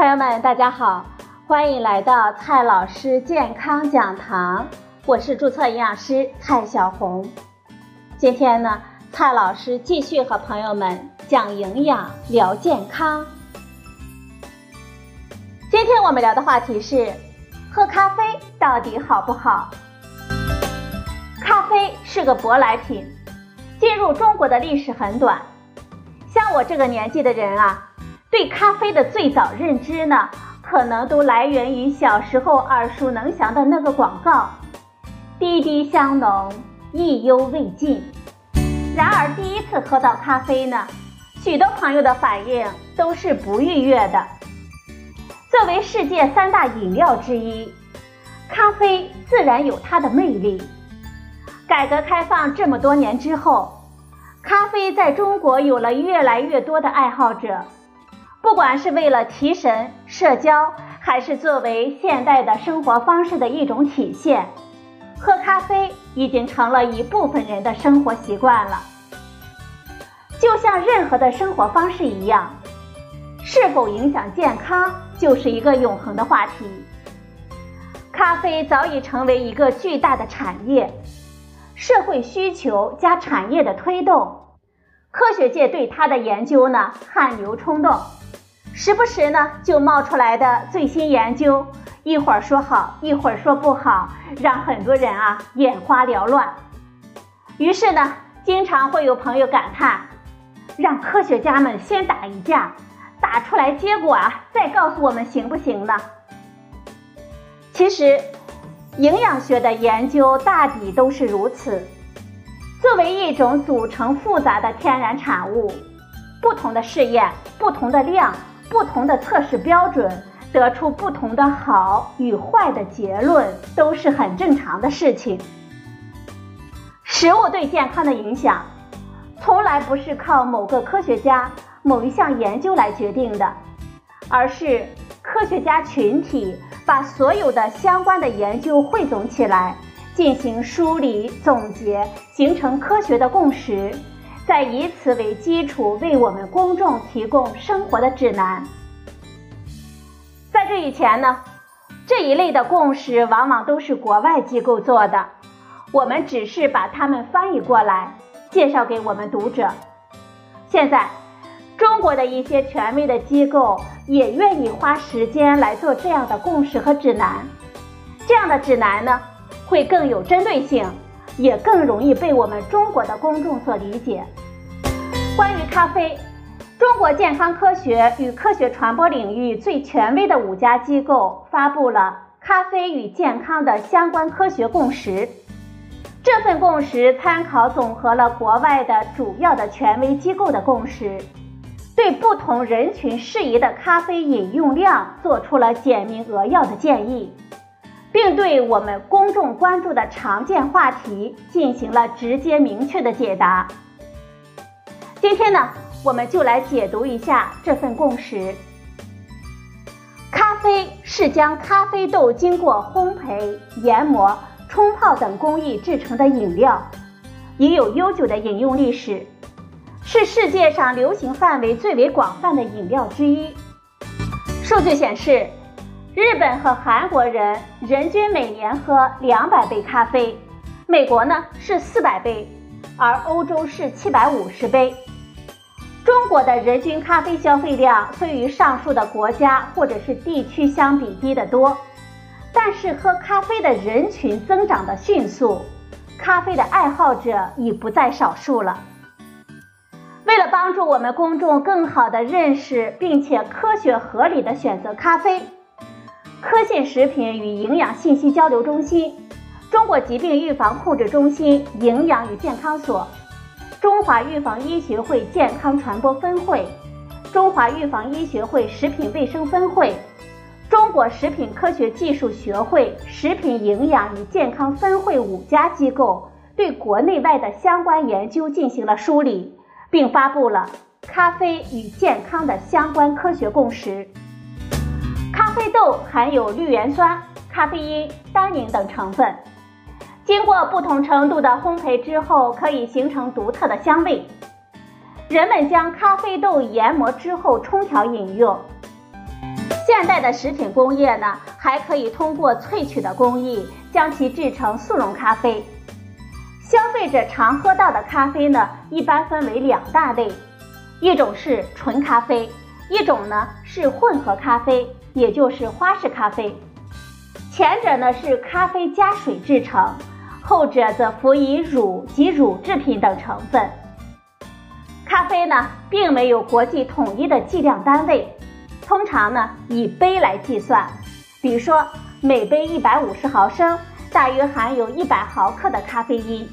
友们，大家好，欢迎来到蔡老师健康讲堂，我是注册营养师蔡小红。今天呢，蔡老师继续和朋友们讲营养聊健康。今天我们聊的话题是喝咖啡到底好不好？咖啡是个舶来品，进入中国的历史很短。像我这个年纪的人啊，对咖啡的最早认知呢，可能都来源于小时候耳熟能详的那个广告，滴滴香浓，意犹未尽。然而第一次喝到咖啡呢，许多朋友的反应都是不愉悦的。作为世界3大饮料之一，咖啡自然有它的魅力。改革开放这么多年之后，咖啡在中国有了越来越多的爱好者，不管是为了提神、社交，还是作为现代的生活方式的一种体现，喝咖啡已经成了一部分人的生活习惯了。就像任何的生活方式一样，是否影响健康就是一个永恒的话题。咖啡早已成为一个巨大的产业，社会需求加产业的推动，科学界对它的研究呢汗牛充栋，时不时呢就冒出来的最新研究，一会儿说好，一会儿说不好，让很多人啊眼花缭乱。于是呢，经常会有朋友感叹，让科学家们先打一架，打出来结果啊再告诉我们行不行呢？其实营养学的研究大抵都是如此，作为一种组成复杂的天然产物，不同的试验、不同的量、不同的测试标准，得出不同的好与坏的结论，都是很正常的事情。食物对健康的影响，从来不是靠某个科学家、某一项研究来决定的，而是科学家群体把所有的相关的研究汇总起来，进行梳理总结，形成科学的共识，再以此为基础为我们公众提供生活的指南。在这以前呢，这一类的共识往往都是国外机构做的，我们只是把它们翻译过来介绍给我们读者。现在中国的一些权威的机构也愿意花时间来做这样的共识和指南，这样的指南呢会更有针对性，也更容易被我们中国的公众所理解。关于咖啡，中国健康科学与科学传播领域最权威的5家机构发布了咖啡与健康的相关科学共识。这份共识参考总和了国外的主要的权威机构的共识，对不同人群适宜的咖啡饮用量做出了简明扼要的建议，并对我们公众关注的常见话题进行了直接明确的解答。今天呢，我们就来解读一下这份共识。咖啡是将咖啡豆经过烘焙、研磨、冲泡等工艺制成的饮料，已有悠久的饮用历史，是世界上流行范围最为广泛的饮料之一。数据显示，日本和韩国人人均每年喝200杯咖啡，美国呢是400杯，而欧洲是750杯。中国的人均咖啡消费量虽与上述的国家或者是地区相比低得多，但是喝咖啡的人群增长的迅速，咖啡的爱好者已不在少数了。为了帮助我们公众更好地认识并且科学合理地选择咖啡，科信食品与营养信息交流中心、中国疾病预防控制中心营养与健康所、中华预防医学会健康传播分会、中华预防医学会食品卫生分会、中国食品科学技术学会食品营养与健康分会5家机构对国内外的相关研究进行了梳理，并发布了咖啡与健康的相关科学共识。咖啡豆含有绿原酸、咖啡因、单宁等成分，经过不同程度的烘焙之后，可以形成独特的香味。人们将咖啡豆研磨之后冲调饮用， 现代的食品工业呢，还可以通过萃取的工艺将其制成速溶咖啡。消费者常喝到的咖啡呢，一般分为2大类，一种是纯咖啡，一种呢是混合咖啡，也就是花式咖啡。前者呢是咖啡加水制成，后者则辅以乳及乳制品等成分。咖啡呢并没有国际统一的计量单位，通常呢以杯来计算，比如说每杯150毫升大约含有100毫克的咖啡因。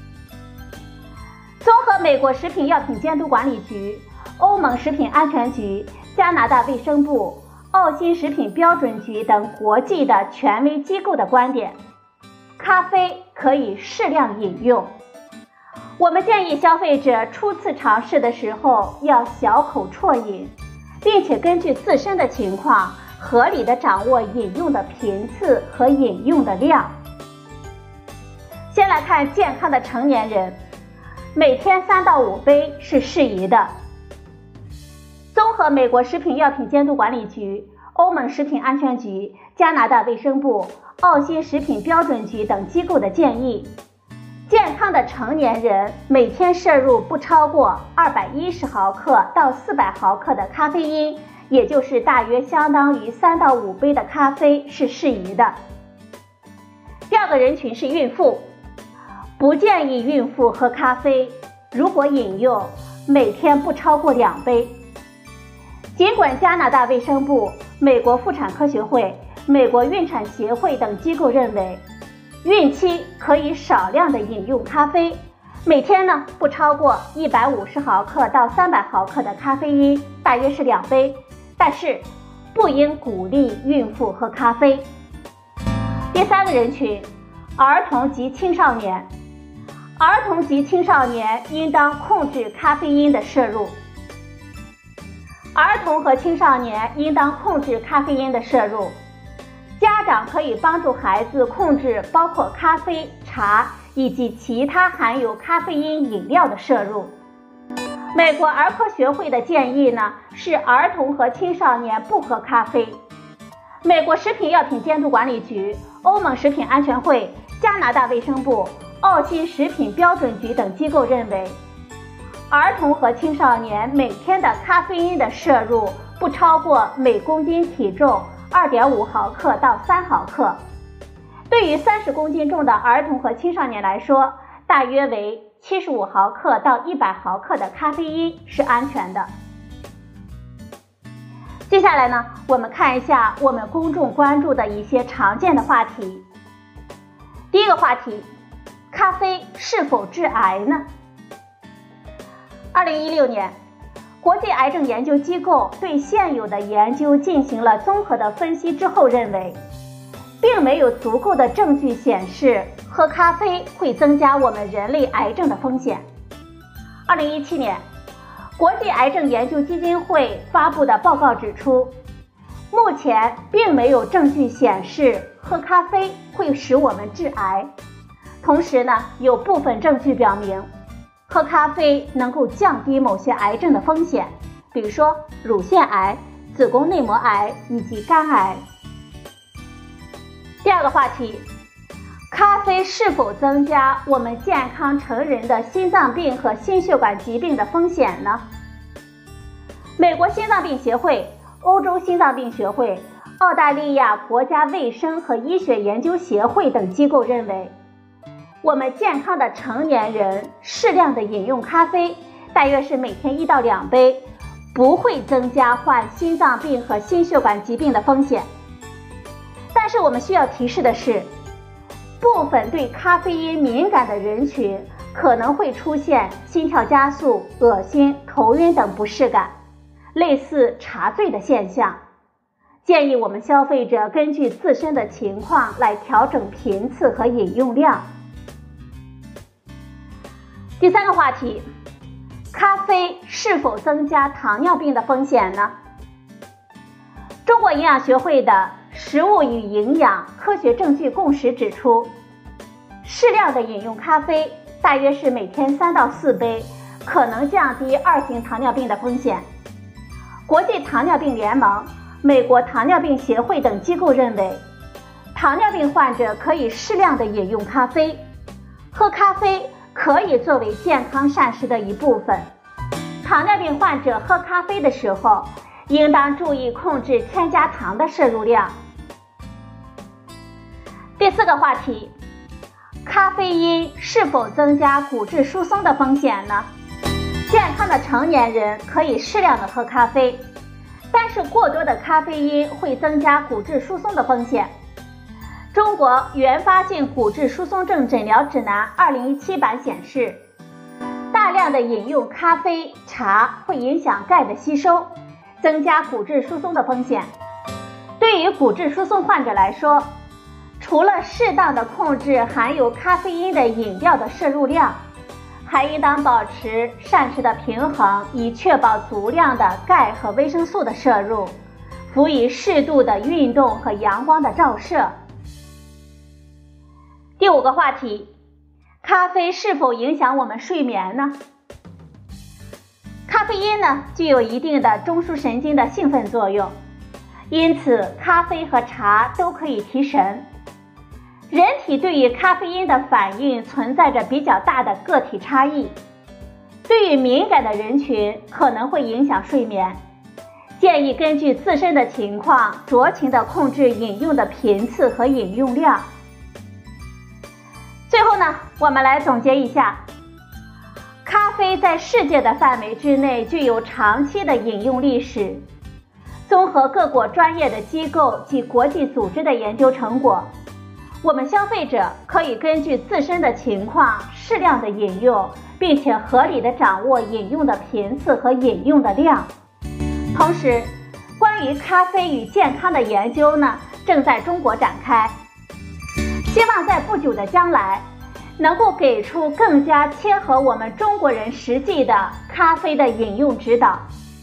综合美国食品药品监督管理局、欧盟食品安全局、加拿大卫生部、澳新食品标准局等国际的权威机构的观点，咖啡可以适量饮用。我们建议消费者初次尝试的时候要小口啜饮，并且根据自身的情况合理的掌握饮用的频次和饮用的量。先来看健康的成年人，每天3到5杯是适宜的。综合美国食品药品监督管理局、欧盟食品安全局、加拿大卫生部、澳新食品标准局等机构的建议，健康的成年人每天摄入不超过210毫克到400毫克的咖啡因，也就是大约相当于3到5杯的咖啡是适宜的。第二个人群是孕妇，不建议孕妇喝咖啡，如果饮用，每天不超过2杯。尽管加拿大卫生部、美国妇产科学会、美国孕产协会等机构认为，孕期可以少量的饮用咖啡，每天呢不超过150毫克到300毫克的咖啡因，大约是2杯，但是不应鼓励孕妇喝咖啡。第三个人群，儿童及青少年。儿童及青少年应当控制咖啡因的摄入。儿童和青少年应当控制咖啡因的摄入。家长可以帮助孩子控制包括咖啡、茶以及其他含有咖啡因饮料的摄入。美国儿科学会的建议呢是儿童和青少年不喝咖啡。美国食品药品监督管理局、欧盟食品安全会、加拿大卫生部、澳新食品标准局等机构认为，儿童和青少年每天的咖啡因的摄入不超过每公斤体重2.5毫克到3毫克。对于30公斤重的儿童和青少年来说，大约为75毫克到100毫克的咖啡因是安全的。接下来呢，我们看一下我们公众关注的一些常见的话题。第一个话题，咖啡是否致癌呢？2016年，国际癌症研究机构对现有的研究进行了综合的分析之后认为，并没有足够的证据显示喝咖啡会增加我们人类癌症的风险。2017年，国际癌症研究基金会发布的报告指出，目前并没有证据显示喝咖啡会使我们致癌。同时呢，有部分证据表明，喝咖啡能够降低某些癌症的风险，比如说乳腺癌、子宫内膜癌以及肝癌。第二个话题，咖啡是否增加我们健康成人的心脏病和心血管疾病的风险呢？美国心脏病协会、欧洲心脏病学会、澳大利亚国家卫生和医学研究协会等机构认为，我们健康的成年人适量的饮用咖啡，大约是每天1到2杯，不会增加患心脏病和心血管疾病的风险。但是我们需要提示的是，部分对咖啡因敏感的人群可能会出现心跳加速、恶心、头晕等不适感，类似茶醉的现象。建议我们消费者根据自身的情况来调整频次和饮用量。第三个话题，咖啡是否增加糖尿病的风险呢？中国营养学会的食物与营养科学证据共识指出，适量的饮用咖啡，大约是每天3到4杯，可能降低2型糖尿病的风险。国际糖尿病联盟、 美国糖尿病协会等机构认为，糖尿病患者可以适量的饮用咖啡，喝咖啡可以作为健康膳食的一部分。糖尿病患者喝咖啡的时候，应当注意控制添加糖的摄入量。第4个话题，咖啡因是否增加骨质疏松的风险呢？健康的成年人可以适量的喝咖啡，但是过多的咖啡因会增加骨质疏松的风险。中国原发性骨质疏松症诊疗指南2017版显示，大量的饮用咖啡、茶会影响钙的吸收，增加骨质疏松的风险。对于骨质疏松患者来说，除了适当的控制含有咖啡因的饮料的摄入量，还应当保持膳食的平衡，以确保足量的钙和维生素的摄入，辅以适度的运动和阳光的照射。第5个话题，咖啡是否影响我们睡眠呢？咖啡因呢，具有一定的中枢神经的兴奋作用，因此咖啡和茶都可以提神。人体对于咖啡因的反应存在着比较大的个体差异，对于敏感的人群可能会影响睡眠，建议根据自身的情况酌情的控制饮用的频次和饮用量。最后呢，我们来总结一下，咖啡在世界的范围之内具有长期的饮用历史。综合各国专业的机构及国际组织的研究成果，我们消费者可以根据自身的情况适量的饮用，并且合理的掌握饮用的频次和饮用的量。同时，关于咖啡与健康的研究呢，正在中国展开，希望在不久的将来能够给出更加切合我们中国人实际的咖啡的饮用指导。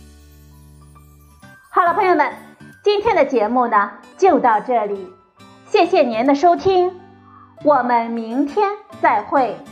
好了，朋友们，今天的节目呢就到这里，谢谢您的收听，我们明天再会。